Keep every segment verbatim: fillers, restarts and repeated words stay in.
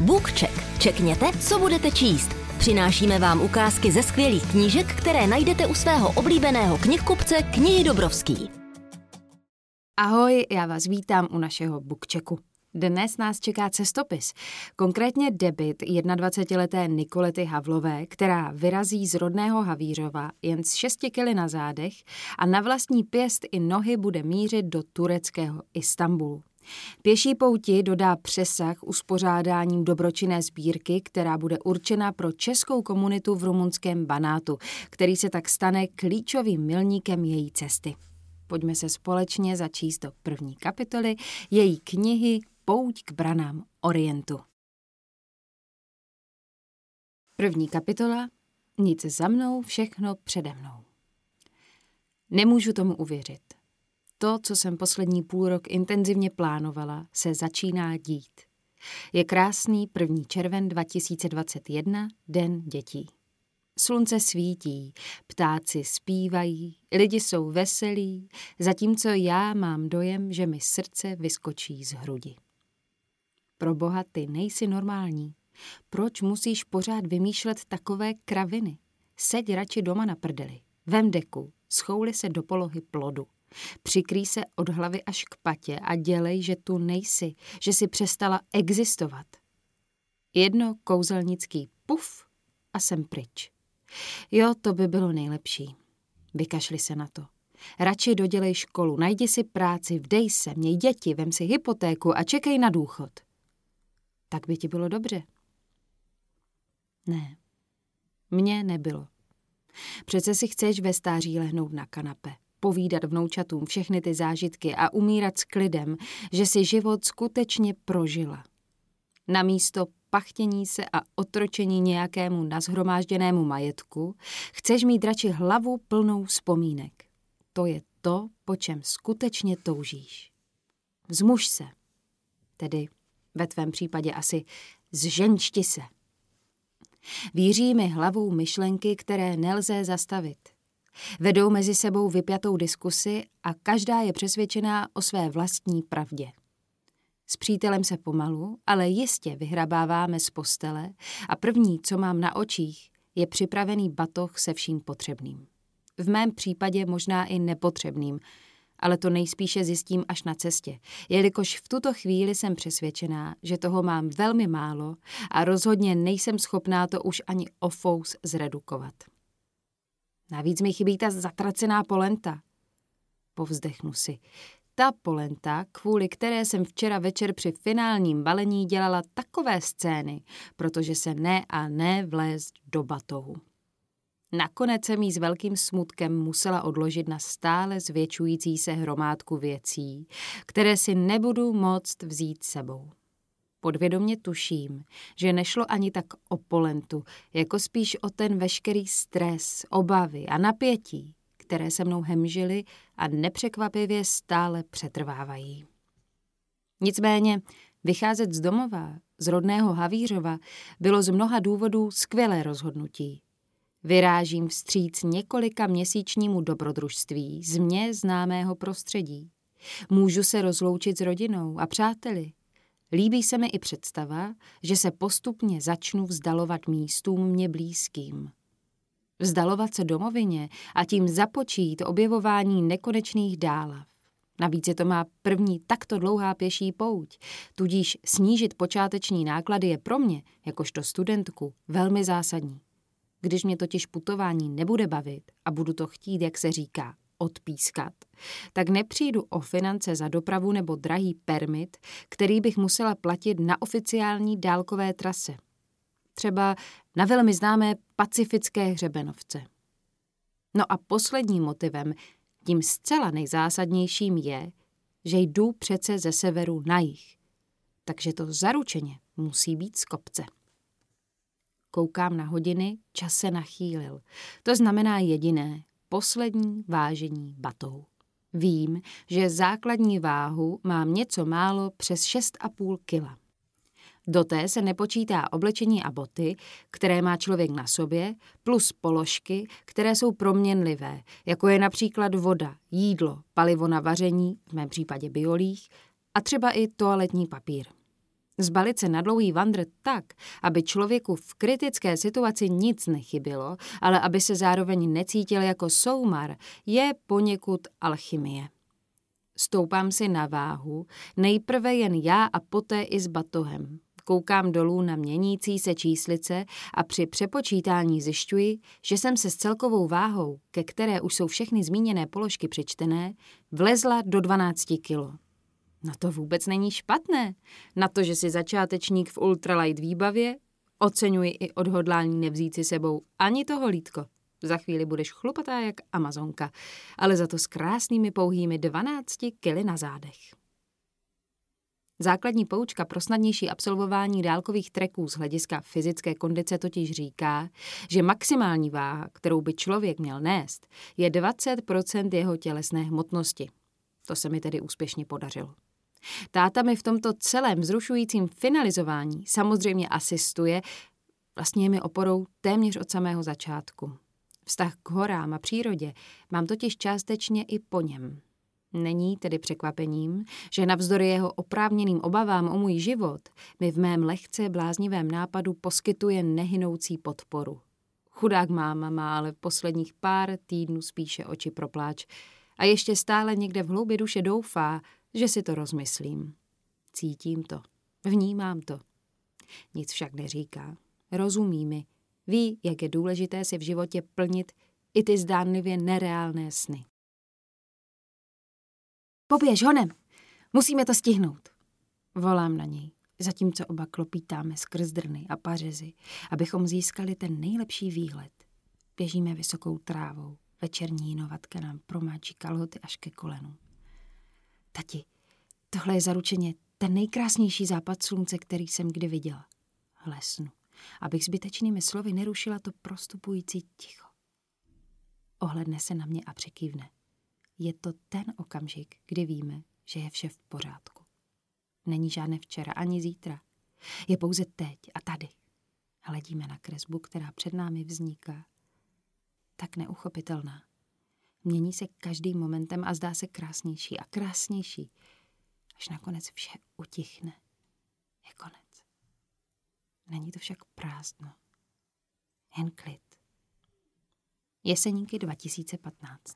BookCheck. Čekněte, co budete číst. Přinášíme vám ukázky ze skvělých knížek, které najdete u svého oblíbeného knihkupce Knihy Dobrovský. Ahoj, já vás vítám u našeho BookChecku. Dnes nás čeká cestopis, konkrétně debut jednadvacetileté Nikolety Havlové, která vyrazí z rodného Havířova jen s šesti kily na zádech a na vlastní pěst i nohy bude mířit do tureckého Istanbulu. Pěší pouti dodá přesah uspořádáním dobročinné sbírky, která bude určena pro českou komunitu v rumunském Banátu, který se tak stane klíčovým milníkem její cesty. Pojďme se společně začíst do první kapitoly její knihy Pouť k branám Orientu. První kapitola. Nic za mnou, všechno přede mnou. Nemůžu tomu uvěřit. To, co jsem poslední půl rok intenzivně plánovala, se začíná dít. Je krásný první červen dva tisíce dvacet jedna, Den dětí. Slunce svítí, ptáci zpívají, lidi jsou veselí, zatímco já mám dojem, že mi srdce vyskočí z hrudi. Proboha, ty nejsi normální. Proč musíš pořád vymýšlet takové kraviny? Seď radši doma na prdeli, vem deku, schouli se do polohy plodu. Přikrý se od hlavy až k patě a dělej, že tu nejsi, že si přestala existovat. Jedno kouzelnický puf a jsem pryč. Jo, to by bylo nejlepší. Vykašli se na to. Radši dodělej školu, najdi si práci, vdej se, měj děti, vem si hypotéku a čekej na důchod. Tak by ti bylo dobře. Ne, mně nebylo. Přece si chceš ve stáří lehnout na kanape, povídat vnoučatům všechny ty zážitky a umírat s klidem, že si život skutečně prožila. Namísto pachtění se a otročení nějakému nashromážděnému majetku chceš mít radši hlavu plnou vzpomínek. To je to, po čem skutečně toužíš. Vzmuž se, tedy ve tvém případě asi zženšti se. Víří mi hlavou myšlenky, které nelze zastavit. Vedou mezi sebou vypjatou diskusi a každá je přesvědčená o své vlastní pravdě. S přítelem se pomalu, ale jistě vyhrabáváme z postele a první, co mám na očích, je připravený batoh se vším potřebným. V mém případě možná i nepotřebným, ale to nejspíše zjistím až na cestě, jelikož v tuto chvíli jsem přesvědčená, že toho mám velmi málo a rozhodně nejsem schopná to už ani o fous zredukovat. Navíc mi chybí ta zatracená polenta. Povzdechnu si. Ta polenta, kvůli které jsem včera večer při finálním balení dělala takové scény, protože se ne a ne vlézt do batohu. Nakonec jsem jí s velkým smutkem musela odložit na stále zvětšující se hromádku věcí, které si nebudu moct vzít sebou. Podvědomě tuším, že nešlo ani tak o polentu, jako spíš o ten veškerý stres, obavy a napětí, které se mnou hemžily a nepřekvapivě stále přetrvávají. Nicméně vycházet z domova, z rodného Havířova, bylo z mnoha důvodů skvělé rozhodnutí. Vyrážím vstříc několika měsíčnímu dobrodružství z mně známého prostředí. Můžu se rozloučit s rodinou a přáteli. Líbí se mi i představa, že se postupně začnu vzdalovat místům mě blízkým. Vzdalovat se domovině a tím započít objevování nekonečných dálav. Navíc je to má první takto dlouhá pěší pouť, tudíž snížit počáteční náklady je pro mě, jakožto studentku, velmi zásadní. Když mě totiž putování nebude bavit a budu to chtít, jak se říká, odpískat, tak nepřijdu o finance za dopravu nebo drahý permit, který bych musela platit na oficiální dálkové trase. Třeba na velmi známé pacifické hřebenovce. No a posledním motivem, tím zcela nejzásadnějším je, že jdu přece ze severu na jih. Takže to zaručeně musí být z kopce. Koukám na hodiny, čas se nachýlil. To znamená jediné, poslední vážení batohu. Vím, že základní váhu mám něco málo přes šest a půl kila. Do té se nepočítá oblečení a boty, které má člověk na sobě, plus položky, které jsou proměnlivé, jako je například voda, jídlo, palivo na vaření, v mém případě biolích, a třeba i toaletní papír. Zbalit se na dlouhý vandr tak, aby člověku v kritické situaci nic nechybělo, ale aby se zároveň necítil jako soumar, je poněkud alchymie. Stoupám si na váhu, nejprve jen já a poté i s batohem. Koukám dolů na měnící se číslice a při přepočítání zjišťuji, že jsem se s celkovou váhou, ke které už jsou všechny zmíněné položky přičtené, vlezla do dvanáct kilo. No to vůbec není špatné. Na to, že jsi začátečník v ultralight výbavě, oceňuji i odhodlání nevzít si sebou ani toho lítko. Za chvíli budeš chlupatá jak Amazonka, ale za to s krásnými pouhými dvanácti kily na zádech. Základní poučka pro snadnější absolvování dálkových treků z hlediska fyzické kondice totiž říká, že maximální váha, kterou by člověk měl nést, je dvacet procent jeho tělesné hmotnosti. To se mi tedy úspěšně podařilo. Táta mi v tomto celém vzrušujícím finalizování samozřejmě asistuje, vlastně je mi oporou téměř od samého začátku. Vztah k horám a přírodě mám totiž částečně i po něm. Není tedy překvapením, že navzdory jeho oprávněným obavám o můj život mi v mém lehce bláznivém nápadu poskytuje nehynoucí podporu. Chudák máma má ale v posledních pár týdnů spíše oči pro pláč a ještě stále někde v hloubi duše doufá, že si to rozmyslím. Cítím to, vnímám to. Nic však neříká, rozumí mi, ví, jak je důležité si v životě plnit i ty zdánlivě nereálné sny. Poběž honem, musíme to stihnout. Volám na něj, zatímco oba klopítáme skrz drny a pařezy, abychom získali ten nejlepší výhled. Běžíme vysokou trávou, večerní jinovatka nám promáčí kalhoty až ke kolenům. Tati, tohle je zaručeně ten nejkrásnější západ slunce, který jsem kdy viděla. Hlesnu, abych zbytečnými slovy nerušila to prostupující ticho. Ohledne se na mě a přikývne. Je to ten okamžik, kdy víme, že je vše v pořádku. Není žádné včera ani zítra. Je pouze teď a tady. Hledíme na kresbu, která před námi vzniká. Tak neuchopitelná. Mění se každým momentem a zdá se krásnější a krásnější. Až nakonec vše utichne. Je konec. Není to však prázdno. Jen klid. Jeseníky dva tisíce patnáct.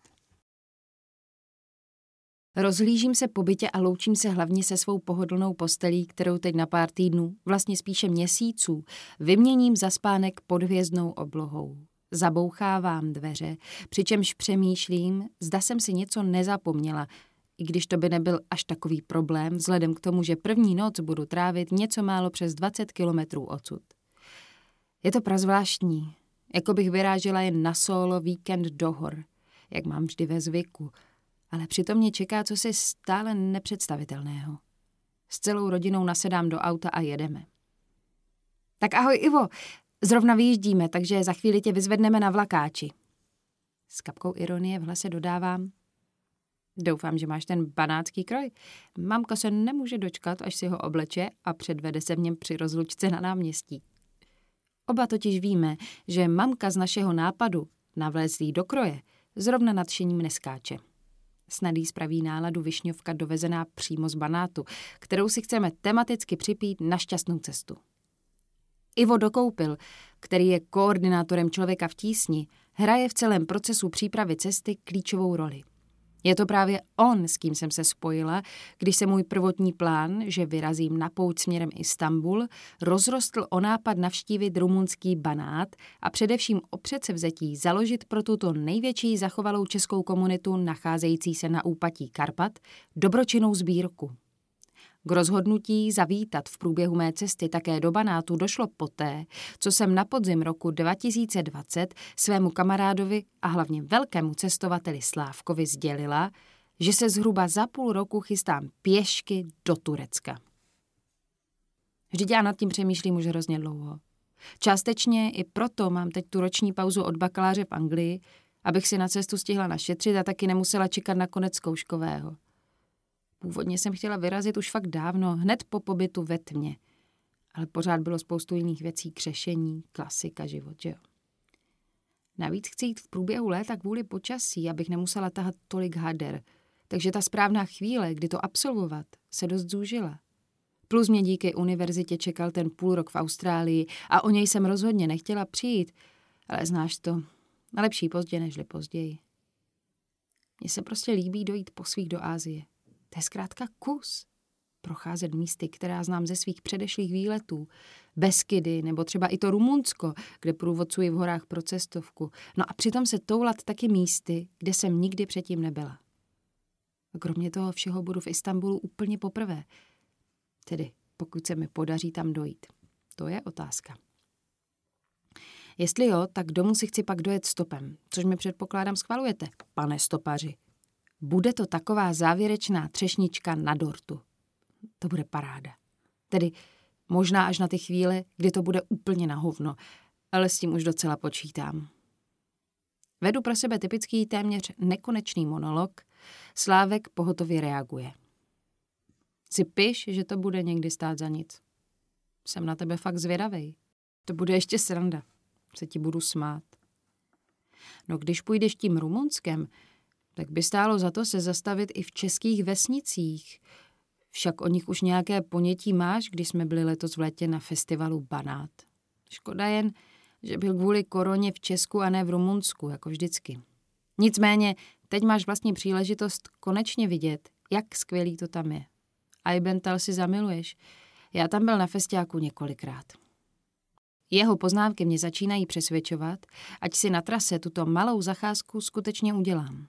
Rozhlížím se po bytě a loučím se hlavně se svou pohodlnou postelí, kterou teď na pár týdnů, vlastně spíše měsíců, vyměním za spánek pod hvězdnou oblohou. Zabouchávám dveře, přičemž přemýšlím, zda jsem si něco nezapomněla, i když to by nebyl až takový problém, vzhledem k tomu, že první noc budu trávit něco málo přes dvacet kilometrů odsud. Je to prazvláštní, jako bych vyrážela jen na solo víkend do hor, jak mám vždy ve zvyku, ale přitom mě čeká cosi stále nepředstavitelného. S celou rodinou nasedám do auta a jedeme. Tak ahoj Ivo, zrovna vyjíždíme, takže za chvíli tě vyzvedneme na vlakáči. S kapkou ironie v hlase dodávám. Doufám, že máš ten banátský kroj. Mamka se nemůže dočkat, až si ho obleče a předvede se v něm při rozlučce na náměstí. Oba totiž víme, že mamka z našeho nápadu, navlézt jí do kroje, zrovna nadšením neskáče. Snad jí spraví náladu višňovka dovezená přímo z Banátu, kterou si chceme tematicky připít na šťastnou cestu. Ivo Dokoupil, který je koordinátorem Člověka v tísni, hraje v celém procesu přípravy cesty klíčovou roli. Je to právě on, s kým jsem se spojila, když se můj prvotní plán, že vyrazím na pouť směrem Istanbul, rozrostl o nápad navštívit rumunský Banát a především o předsevzetí založit pro tuto největší zachovalou českou komunitu nacházející se na úpatí Karpat dobročinnou sbírku. K rozhodnutí zavítat v průběhu mé cesty také do Banátu došlo poté, co jsem na podzim roku dva tisíce dvacet svému kamarádovi a hlavně velkému cestovateli Slávkovi sdělila, že se zhruba za půl roku chystám pěšky do Turecka. Vždyť já nad tím přemýšlím už hrozně dlouho. Částečně i proto mám teď tu roční pauzu od bakaláře v Anglii, abych si na cestu stihla našetřit a taky nemusela čekat na konec zkouškového. Původně jsem chtěla vyrazit už fakt dávno, hned po pobytu ve tmě. Ale pořád bylo spoustu jiných věcí k řešení, klasika, život, že jo. Navíc chci jít v průběhu léta kvůli počasí, abych nemusela tahat tolik hader. Takže ta správná chvíle, kdy to absolvovat, se dost zúžila. Plus mě díky univerzitě čekal ten půl rok v Austrálii a o něj jsem rozhodně nechtěla přijít. Ale znáš to, lepší pozdě nežli později. Mně se prostě líbí dojít po svých do Asie. To je zkrátka kus. Procházet místy, která znám ze svých předešlých výletů. Beskydy nebo třeba i to Rumunsko, kde průvodcuji v horách pro cestovku. No a přitom se toulat taky místy, kde jsem nikdy předtím nebyla. A kromě toho všeho budu v Istanbulu úplně poprvé. Tedy pokud se mi podaří tam dojít. To je otázka. Jestli jo, tak domů si chci pak dojet stopem, což mi předpokládám schvalujete, pane stopaři. Bude to taková závěrečná třešnička na dortu. To bude paráda. Tedy možná až na ty chvíle, kdy to bude úplně na hovno, ale s tím už docela počítám. Vedu pro sebe typický téměř nekonečný monolog, Slávek pohotově reaguje. Si piš, že to bude někdy stát za nic. Jsem na tebe fakt zvědavej. To bude ještě sranda. Se ti budu smát. No když půjdeš tím Rumunskem, tak by stálo za to se zastavit i v českých vesnicích. Však o nich už nějaké ponětí máš, když jsme byli letos v létě na festivalu Banát. Škoda jen, že byl kvůli koroně v Česku a ne v Rumunsku, jako vždycky. Nicméně, teď máš vlastně příležitost konečně vidět, jak skvělý to tam je. Ajbental si zamiluješ. Já tam byl na festiáku několikrát. Jeho poznámky mě začínají přesvědčovat, ať si na trase tuto malou zacházku skutečně udělám.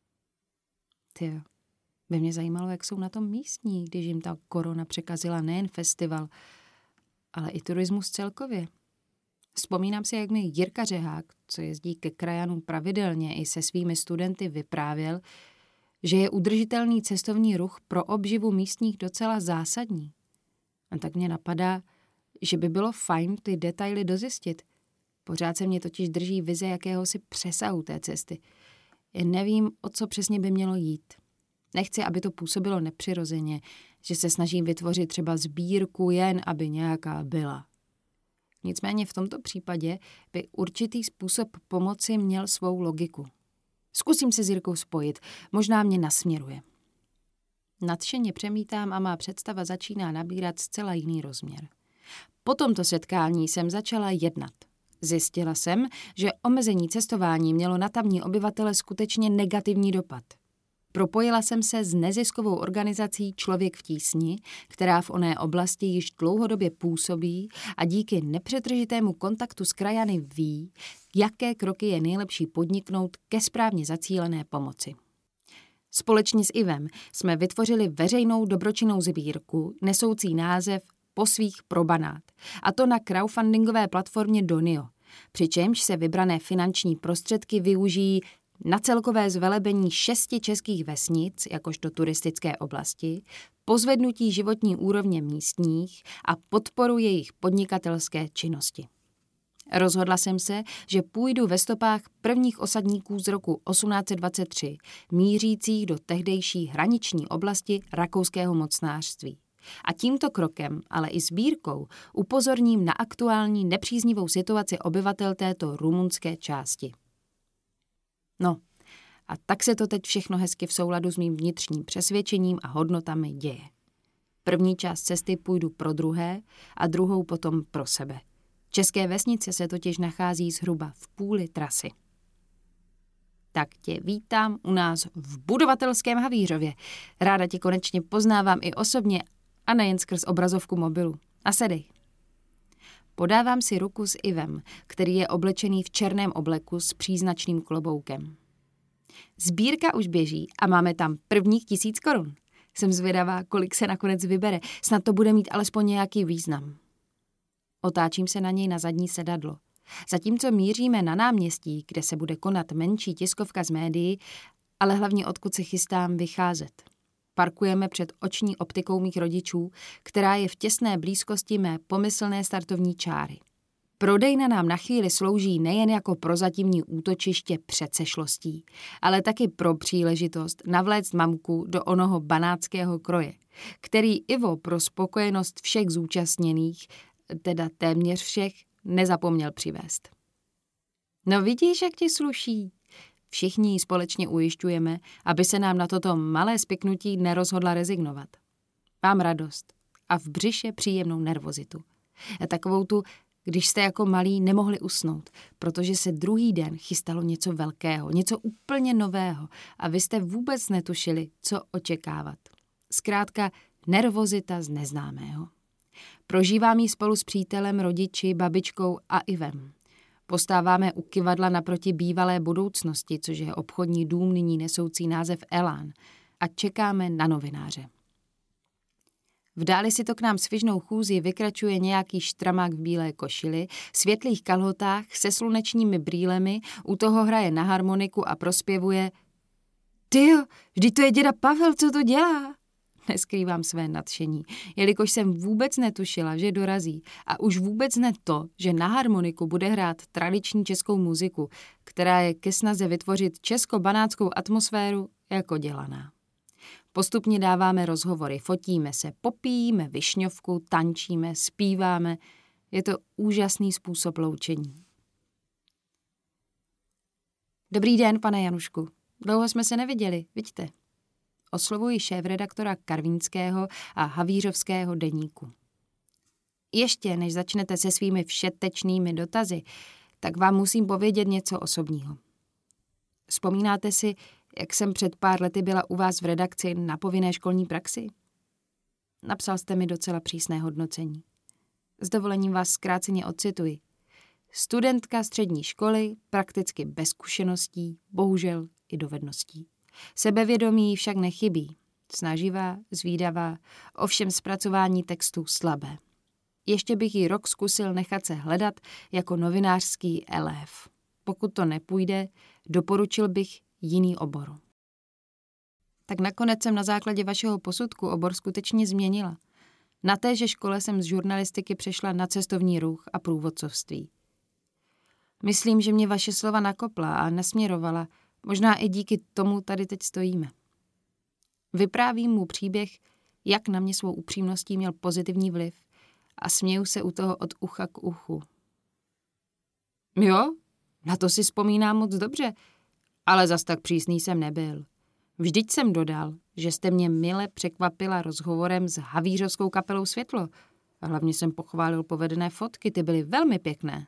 Tyjo, by mě zajímalo, jak jsou na tom místní, když jim ta korona překazila nejen festival, ale i turismus celkově. Vzpomínám si, jak mi Jirka Řehák, co jezdí ke krajanům pravidelně i se svými studenty, vyprávěl, že je udržitelný cestovní ruch pro obživu místních docela zásadní. A tak mě napadá, že by bylo fajn ty detaily dozjistit. Pořád se mě totiž drží vize jakéhosi přesahu té cesty. Jen nevím, o co přesně by mělo jít. Nechci, aby to působilo nepřirozeně, že se snažím vytvořit třeba sbírku jen, aby nějaká byla. Nicméně v tomto případě by určitý způsob pomoci měl svou logiku. Zkusím se s Jirkou spojit, možná mě nasměruje. Nadšeně přemítám a má představa začíná nabírat zcela jiný rozměr. Po tomto setkání jsem začala jednat. Zjistila jsem, že omezení cestování mělo na tamní obyvatele skutečně negativní dopad. Propojila jsem se s neziskovou organizací Člověk v tísni, která v oné oblasti již dlouhodobě působí a díky nepřetržitému kontaktu s krajany ví, jaké kroky je nejlepší podniknout ke správně zacílené pomoci. Společně s Ivem jsme vytvořili veřejnou dobročinnou sbírku nesoucí název Po svých pro Banát, a to na crowdfundingové platformě Donio, přičemž se vybrané finanční prostředky využijí na celkové zvelebení šesti českých vesnic, jakožto turistické oblasti, pozvednutí životní úrovně místních a podporu jejich podnikatelské činnosti. Rozhodla jsem se, že půjdu ve stopách prvních osadníků z roku osmnáct set dvacet tři, mířících do tehdejší hraniční oblasti rakouského mocnářství. A tímto krokem, ale i sbírkou, upozorním na aktuální nepříznivou situaci obyvatel této rumunské části. No, a tak se to teď všechno hezky v souladu s mým vnitřním přesvědčením a hodnotami děje. První část cesty půjdu pro druhé a druhou potom pro sebe. České vesnice se totiž nachází zhruba v půli trasy. Tak tě vítám u nás v budovatelském Havířově. Ráda tě konečně poznávám i osobně a nejen skrz obrazovku mobilu. A sedej. Podávám si ruku s Ivem, který je oblečený v černém obleku s příznačným kloboukem. Sbírka už běží a máme tam prvních tisíc korun. Jsem zvědavá, kolik se nakonec vybere. Snad to bude mít alespoň nějaký význam. Otáčím se na něj na zadní sedadlo. Zatímco míříme na náměstí, kde se bude konat menší tiskovka z médií, ale hlavně odkud se chystám vycházet. Parkujeme před oční optikou mých rodičů, která je v těsné blízkosti mé pomyslné startovní čáry. Prodejna nám na chvíli slouží nejen jako prozatímní útočiště před sešlostí, ale taky pro příležitost navléct mamku do onoho banátského kroje, který Ivo pro spokojenost všech zúčastněných, teda téměř všech, nezapomněl přivést. No vidíš, jak ti sluší? Všichni ji společně ujišťujeme, aby se nám na toto malé spiknutí nerozhodla rezignovat. Mám radost a v břiše příjemnou nervozitu. A takovou tu, když jste jako malí nemohli usnout, protože se druhý den chystalo něco velkého, něco úplně nového a vy jste vůbec netušili, co očekávat. Zkrátka nervozita z neznámého. Prožívám ji spolu s přítelem, rodiči, babičkou a Ivem. Postáváme u kyvadla naproti bývalé budoucnosti, což je obchodní dům nyní nesoucí název Elán, a čekáme na novináře. V dáli si to k nám svižnou chůzi vykračuje nějaký štramák v bílé košili, světlých kalhotách se slunečními brýlemi, u toho hraje na harmoniku a prospěvuje: Tyjo, vždyť to je děda Pavel, co to dělá? Neskrývám své nadšení, jelikož jsem vůbec netušila, že dorazí a už vůbec ne to, že na harmoniku bude hrát tradiční českou muziku, která je ke snaze vytvořit česko-banátskou atmosféru jako dělaná. Postupně dáváme rozhovory, fotíme se, popíjíme višňovku, tančíme, zpíváme. Je to úžasný způsob loučení. Dobrý den, pane Janušku. Dlouho jsme se neviděli, vidíte. Oslovuji šéfredaktora Karvínského a Havířovského deníku. Ještě než začnete se svými všetečnými dotazy, tak vám musím povědět něco osobního. Vzpomínáte si, jak jsem před pár lety byla u vás v redakci na povinné školní praxi? Napsal jste mi docela přísné hodnocení. S dovolením vás zkráceně ocituji. Studentka střední školy, prakticky bez zkušeností, bohužel i dovedností. Sebevědomí jí však nechybí. Snaživá, zvídavá, ovšem zpracování textů slabé. Ještě bych jí rok zkusil nechat se hledat jako novinářský elév. Pokud to nepůjde, doporučil bych jiný obor. Tak nakonec jsem na základě vašeho posudku obor skutečně změnila. Na téže škole jsem z žurnalistiky přešla na cestovní ruch a průvodcovství. Myslím, že mě vaše slova nakopla a nasměrovala, možná i díky tomu tady teď stojíme. Vyprávím mu příběh, jak na mě svou upřímností měl pozitivní vliv a směju se u toho od ucha k uchu. Jo, na to si vzpomínám moc dobře, ale zas tak přísný jsem nebyl. Vždyť jsem dodal, že jste mě mile překvapila rozhovorem s Havířovskou kapelou Světlo. A hlavně jsem pochválil povedené fotky, ty byly velmi pěkné.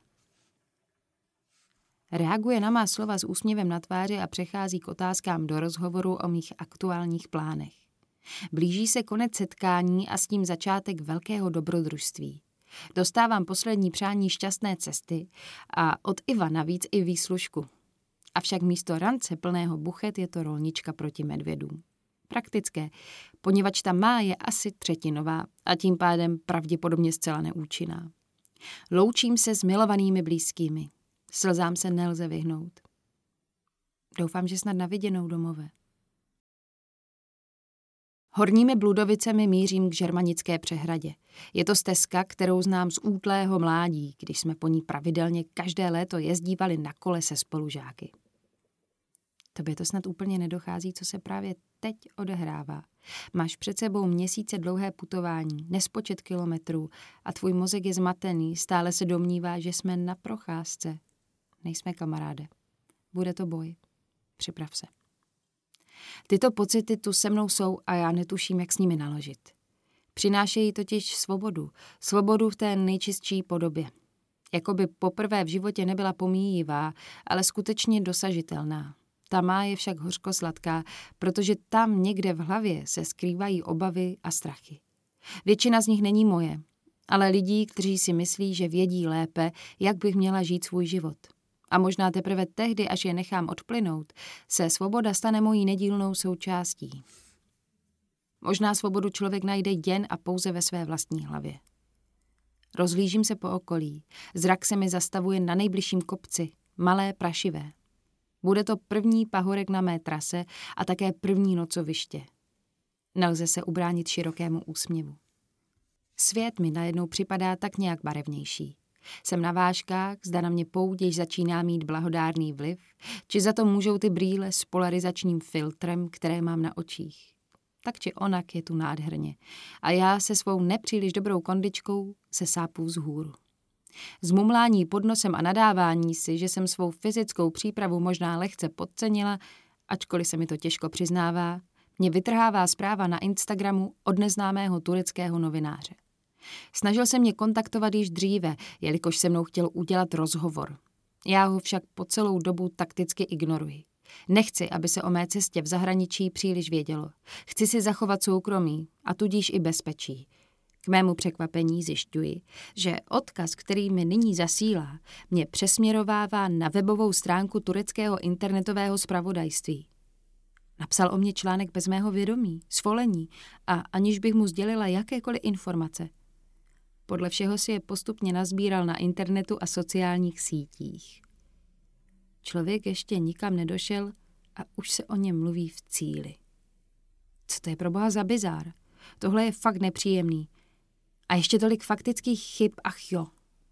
Reaguje na má slova s úsměvem na tváři a přechází k otázkám do rozhovoru o mých aktuálních plánech. Blíží se konec setkání a s tím začátek velkého dobrodružství. Dostávám poslední přání šťastné cesty a od Iva navíc i výslužku. Avšak místo rance plného buchet je to rolnička proti medvědům. Praktické, poněvadž ta má je asi třetinová a tím pádem pravděpodobně zcela neúčinná. Loučím se s milovanými blízkými. Slzám se nelze vyhnout. Doufám, že snad na viděnou, domové. Horními Bludovicemi mířím k Žermanické přehradě. Je to stezka, kterou znám z útlého mládí, když jsme po ní pravidelně každé léto jezdívali na kole se spolužáky. Tobě to snad úplně nedochází, co se právě teď odehrává. Máš před sebou měsíce dlouhé putování, nespočet kilometrů a tvůj mozek je zmatený, stále se domnívá, že jsme na procházce. Nejsme kamaráde. Bude to boj. Připrav se. Tyto pocity tu se mnou jsou a já netuším, jak s nimi naložit. Přinášejí totiž svobodu. Svobodu v té nejčistší podobě. Jakoby poprvé v životě nebyla pomíjivá, ale skutečně dosažitelná. Ta má je však hořko-sladká, protože tam někde v hlavě se skrývají obavy a strachy. Většina z nich není moje, ale lidí, kteří si myslí, že vědí lépe, jak bych měla žít svůj život. A možná teprve tehdy, až je nechám odplynout, se svoboda stane mojí nedílnou součástí. Možná svobodu člověk najde jen a pouze ve své vlastní hlavě. Rozhlížím se po okolí. Zrak se mi zastavuje na nejbližším kopci, malé prašivé. Bude to první pahorek na mé trase a také první nocoviště. Nelze se ubránit širokému úsměvu. Svět mi najednou připadá tak nějak barevnější. Jsem na vážkách, zda na mě pouděž začíná mít blahodárný vliv, či za to můžou ty brýle s polarizačním filtrem, které mám na očích. Tak či onak je tu nádherně. A já se svou nepříliš dobrou kondičkou se sápu vzhůru. Zmumlání pod nosem a nadávání si, že jsem svou fyzickou přípravu možná lehce podcenila, ačkoliv se mi to těžko přiznává, mě vytrhává zpráva na Instagramu od neznámého tureckého novináře. Snažil se mě kontaktovat již dříve, jelikož se mnou chtěl udělat rozhovor. Já ho však po celou dobu takticky ignoruji. Nechci, aby se o mé cestě v zahraničí příliš vědělo. Chci si zachovat soukromí a tudíž i bezpečí. K mému překvapení zjišťuji, že odkaz, který mi nyní zasílá, mě přesměrovává na webovou stránku tureckého internetového zpravodajství. Napsal o mě článek bez mého vědomí, svolení a aniž bych mu sdělila jakékoliv informace. Podle všeho si je postupně nazbíral na internetu a sociálních sítích. Člověk ještě nikam nedošel a už se o něm mluví v cíli. Co to je pro boha za bizár? Tohle je fakt nepříjemný. A ještě tolik faktických chyb, ach jo.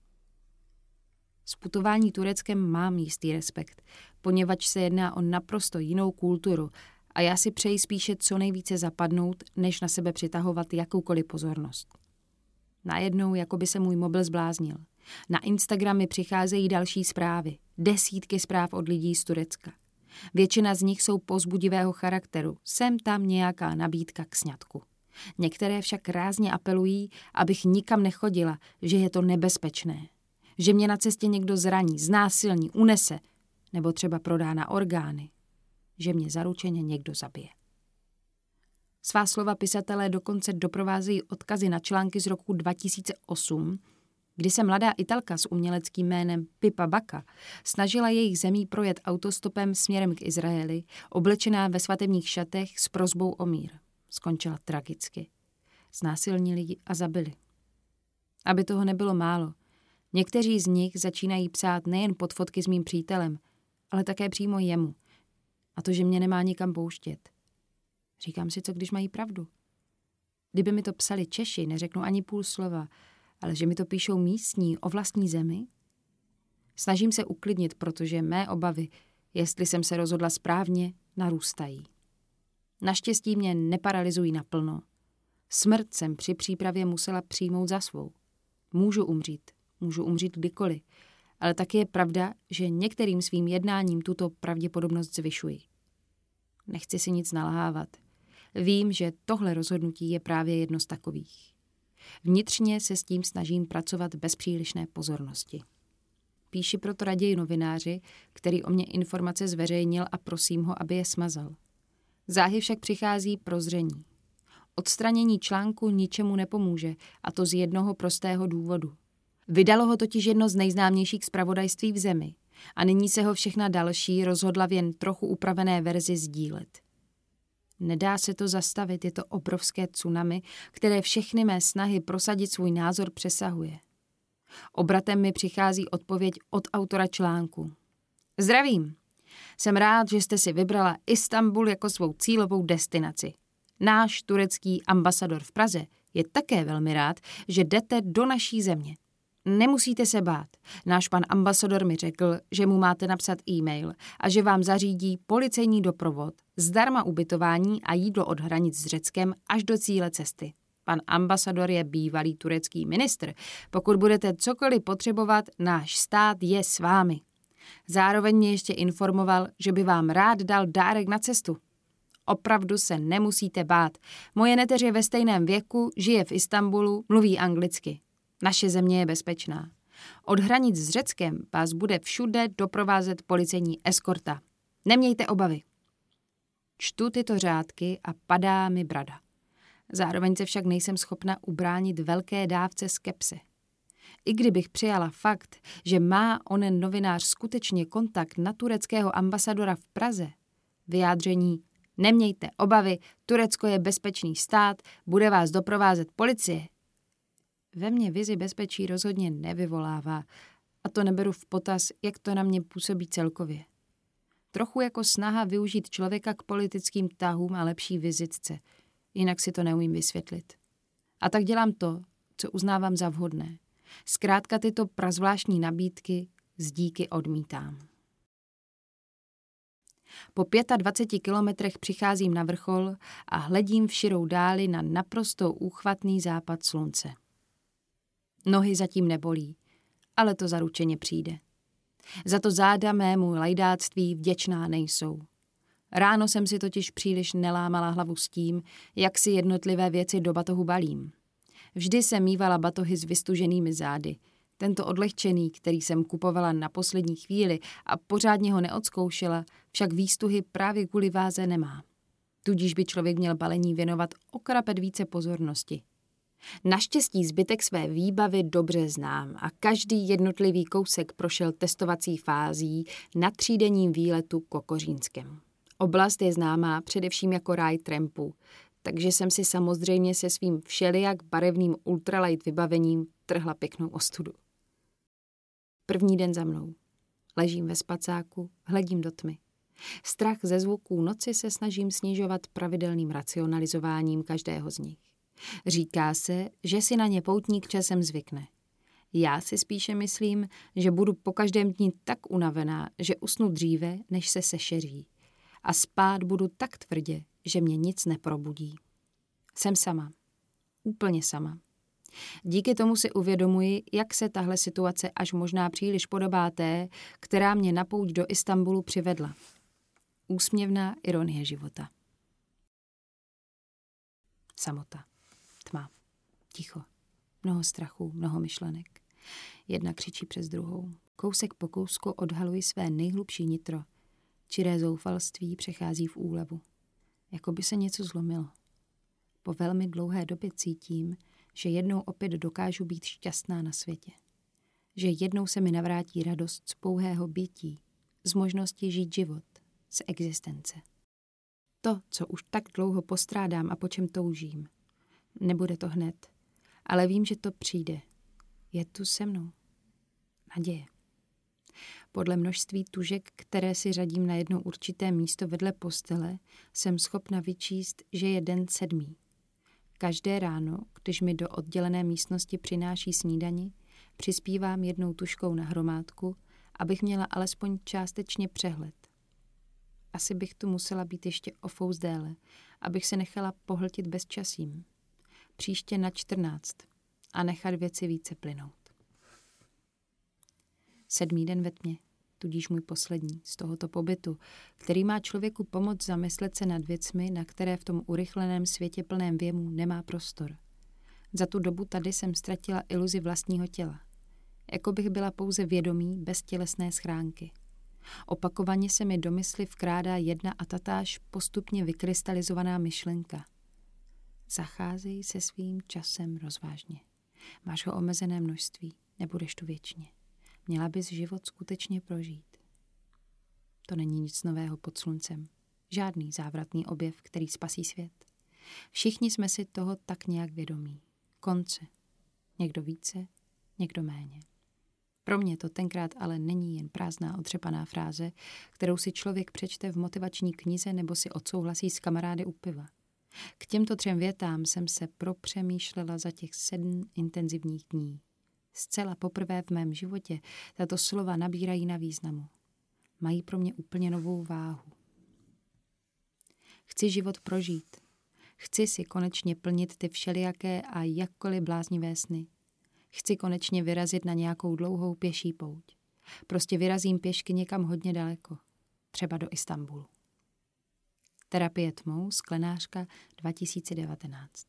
Z putování Tureckem mám jistý respekt, poněvadž se jedná o naprosto jinou kulturu a já si přeji spíše co nejvíce zapadnout, než na sebe přitahovat jakoukoliv pozornost. Najednou jako by se můj mobil zbláznil. Na Instagram mi přicházejí další zprávy, desítky zpráv od lidí z Turecka. Většina z nich jsou povzbudivého charakteru, sem tam nějaká nabídka k sňatku. Některé však rázně apelují, abych nikam nechodila, že je to nebezpečné. Že mě na cestě někdo zraní, znásilní, unese, nebo třeba prodá na orgány. Že mě zaručeně někdo zabije. Svá slova pisatelé dokonce doprovázejí odkazy na články z roku dva tisíce osm, kdy se mladá Italka s uměleckým jménem Pippa Bacca snažila jejich zemí projet autostopem směrem k Izraeli, oblečená ve svatebních šatech s prosbou o mír. Skončila tragicky. Znásilnili ji a zabili. Aby toho nebylo málo, někteří z nich začínají psát nejen pod fotky s mým přítelem, ale také přímo jemu. A to, že mě nemá nikam pouštět. Říkám si, co když mají pravdu. Kdyby mi to psali Češi, neřeknu ani půl slova, ale že mi to píšou místní o vlastní zemi? Snažím se uklidnit, protože mé obavy, jestli jsem se rozhodla správně, narůstají. Naštěstí mě neparalyzují naplno. Smrt jsem při přípravě musela přijmout za svou. Můžu umřít, můžu umřít kdykoliv, ale taky je pravda, že některým svým jednáním tuto pravděpodobnost zvyšuji. Nechci si nic nalhávat. Vím, že tohle rozhodnutí je právě jedno z takových. Vnitřně se s tím snažím pracovat bez přílišné pozornosti. Píši proto raději novináři, který o mě informace zveřejnil a prosím ho, aby je smazal. Záhy však přichází prozření. Odstranění článku ničemu nepomůže, a to z jednoho prostého důvodu. Vydalo ho totiž jedno z nejznámějších zpravodajství v zemi a nyní se ho všechna další rozhodla v jen trochu upravené verzi sdílet. Nedá se to zastavit, je to obrovské tsunami, které všechny mé snahy prosadit svůj názor přesahuje. Obratem mi přichází odpověď od autora článku. Zdravím! Jsem rád, že jste si vybrala Istanbul jako svou cílovou destinaci. Náš turecký ambasador v Praze je také velmi rád, že jdete do naší země. Nemusíte se bát. Náš pan ambasador mi řekl, že mu máte napsat e-mail a že vám zařídí policejní doprovod, zdarma ubytování a jídlo od hranic s Řeckem až do cíle cesty. Pan ambasador je bývalý turecký ministr. Pokud budete cokoliv potřebovat, náš stát je s vámi. Zároveň mě ještě informoval, že by vám rád dal dárek na cestu. Opravdu se nemusíte bát. Moje neteř je ve stejném věku, žije v Istanbulu, mluví anglicky. Naše země je bezpečná. Od hranic s Řeckem vás bude všude doprovázet policejní eskorta. Nemějte obavy. Čtu tyto řádky a padá mi brada. Zároveň se však nejsem schopna ubránit velké dávce skepse. I kdybych přijala fakt, že má onen novinář skutečně kontakt na tureckého ambasadora v Praze, vyjádření nemějte obavy, Turecko je bezpečný stát, bude vás doprovázet policie, ve mně vizi bezpečí rozhodně nevyvolává a to neberu v potaz, jak to na mě působí celkově. Trochu jako snaha využít člověka k politickým tahům a lepší vizitce, jinak si to neumím vysvětlit. A tak dělám to, co uznávám za vhodné. Zkrátka tyto prazvláštní nabídky z díky odmítám. Po dvaceti pěti kilometrech přicházím na vrchol a hledím v širou dáli na naprosto úchvatný západ slunce. Nohy zatím nebolí, ale to zaručeně přijde. Za to záda mému lajdáctví vděčná nejsou. Ráno jsem si totiž příliš nelámala hlavu s tím, jak si jednotlivé věci do batohu balím. Vždy jsem mívala batohy s vystuženými zády. Tento odlehčený, který jsem kupovala na poslední chvíli a pořádně ho neodzkoušela, však výstuhy právě kvůli váze nemá. Tudíž by člověk měl balení věnovat o krapet více pozornosti. Naštěstí zbytek své výbavy dobře znám a každý jednotlivý kousek prošel testovací fází na třídenním výletu Kokořínskem. Oblast je známá především jako ráj trampů, takže jsem si samozřejmě se svým všelijak barevným ultralight vybavením trhla pěknou ostudu. První den za mnou. Ležím ve spacáku, hledím do tmy. Strach ze zvuků noci se snažím snižovat pravidelným racionalizováním každého z nich. Říká se, že si na ně poutník časem zvykne. Já si spíše myslím, že budu po každém dni tak unavená, že usnu dříve, než se sešeří. A spát budu tak tvrdě, že mě nic neprobudí. Jsem sama. Úplně sama. Díky tomu si uvědomuji, jak se tahle situace až možná příliš podobá té, která mě na pouť do Istanbulu přivedla. Úsměvná ironie života. Samota. Tma. Ticho. Mnoho strachů, mnoho myšlenek. Jedna křičí přes druhou. Kousek po kousku odhaluji své nejhlubší nitro. Čiré zoufalství přechází v úlevu. Jako by se něco zlomilo. Po velmi dlouhé době cítím, že jednou opět dokážu být šťastná na světě. Že jednou se mi navrátí radost z pouhého bytí, z možnosti žít život, z existence. To, co už tak dlouho postrádám a po čem toužím. Nebude to hned, ale vím, že to přijde. Je tu se mnou. Naděje. Podle množství tužek, které si řadím na jedno určité místo vedle postele, jsem schopna vyčíst, že je den sedmý. Každé ráno, když mi do oddělené místnosti přináší snídani, přispívám jednou tužkou na hromádku, abych měla alespoň částečně přehled. Asi bych tu musela být ještě o fous déle, abych se nechala pohltit bezčasím. Příště na čtrnáct a nechat věci více plynout. Sedmý den ve tmě, tudíž můj poslední z tohoto pobytu, který má člověku pomoct zamyslet se nad věcmi, na které v tom urychleném světě plném věmů nemá prostor. Za tu dobu tady jsem ztratila iluzi vlastního těla. Jako bych byla pouze vědomí bez tělesné schránky. Opakovaně se mi do mysli vkrádá jedna a tatáž postupně vykrystalizovaná myšlenka. Zacházej se svým časem rozvážně. Máš ho omezené množství, nebudeš tu věčně. Měla bys život skutečně prožít. To není nic nového pod sluncem. Žádný závratný objev, který spasí svět. Všichni jsme si toho tak nějak vědomí. Konce. Někdo více, někdo méně. Pro mě to tenkrát ale není jen prázdná otřepaná fráze, kterou si člověk přečte v motivační knize nebo si odsouhlasí s kamarády u piva. K těmto třem větám jsem se propřemýšlela za těch sedm intenzivních dní. Zcela poprvé v mém životě tato slova nabírají na významu. Mají pro mě úplně novou váhu. Chci život prožít. Chci si konečně plnit ty všelijaké a jakkoliv bláznivé sny. Chci konečně vyrazit na nějakou dlouhou pěší pouť. Prostě vyrazím pěšky někam hodně daleko. Třeba do Istanbulu. Terapie tmou, Sklenářka, dva tisíce devatenáct.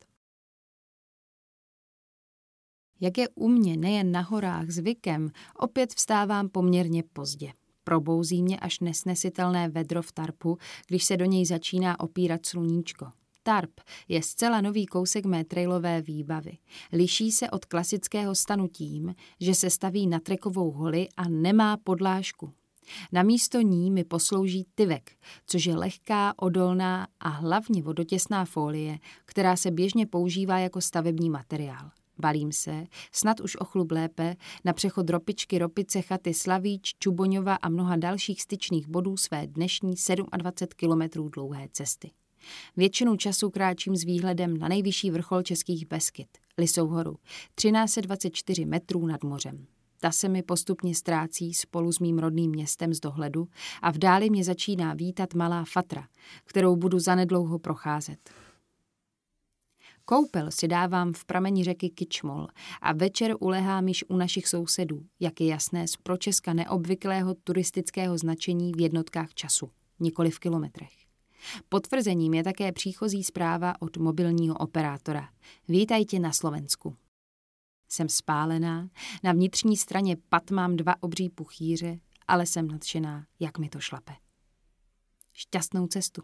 Jak je u mě nejen na horách zvykem, opět vstávám poměrně pozdě. Probouzí mě až nesnesitelné vedro v tarpu, když se do něj začíná opírat sluníčko. Tarp je zcela nový kousek mé trailové výbavy. Liší se od klasického stanu tím, že se staví na trekovou holi a nemá podlážku. Namísto ní mi poslouží tyvek, což je lehká, odolná a hlavně vodotěsná folie, která se běžně používá jako stavební materiál. Balím se, snad už o chlup lépe, na přechod Ropičky, Ropice, Chaty, Slavíč, Čuboňova a mnoha dalších styčných bodů své dnešní dvacet sedm kilometrů dlouhé cesty. Většinu času kráčím s výhledem na nejvyšší vrchol Českých Beskyd, Lisou horu, třináct set dvacet čtyři metrů nad mořem. Ta se mi postupně ztrácí spolu s mým rodným městem z dohledu a v dáli mě začíná vítat malá Fatra, kterou budu zanedlouho procházet. Koupel si dávám v prameni řeky Kyčmol a večer ulehám již u našich sousedů, jak je jasné z pro Česka neobvyklého turistického značení v jednotkách času, nikoli v kilometrech. Potvrzením je také příchozí zpráva od mobilního operátora. Vítajte na Slovensku. Jsem spálená, na vnitřní straně pat mám dva obří puchýře, ale jsem nadšená, jak mi to šlape. Šťastnou cestu.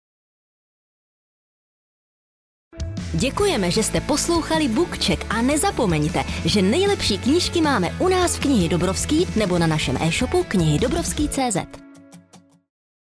Děkujeme, že jste poslouchali BookCheck a nezapomeňte, že nejlepší knížky máme u nás v knihy Dobrovský nebo na našem e-shopu knihy dobrovský tečka cé zet.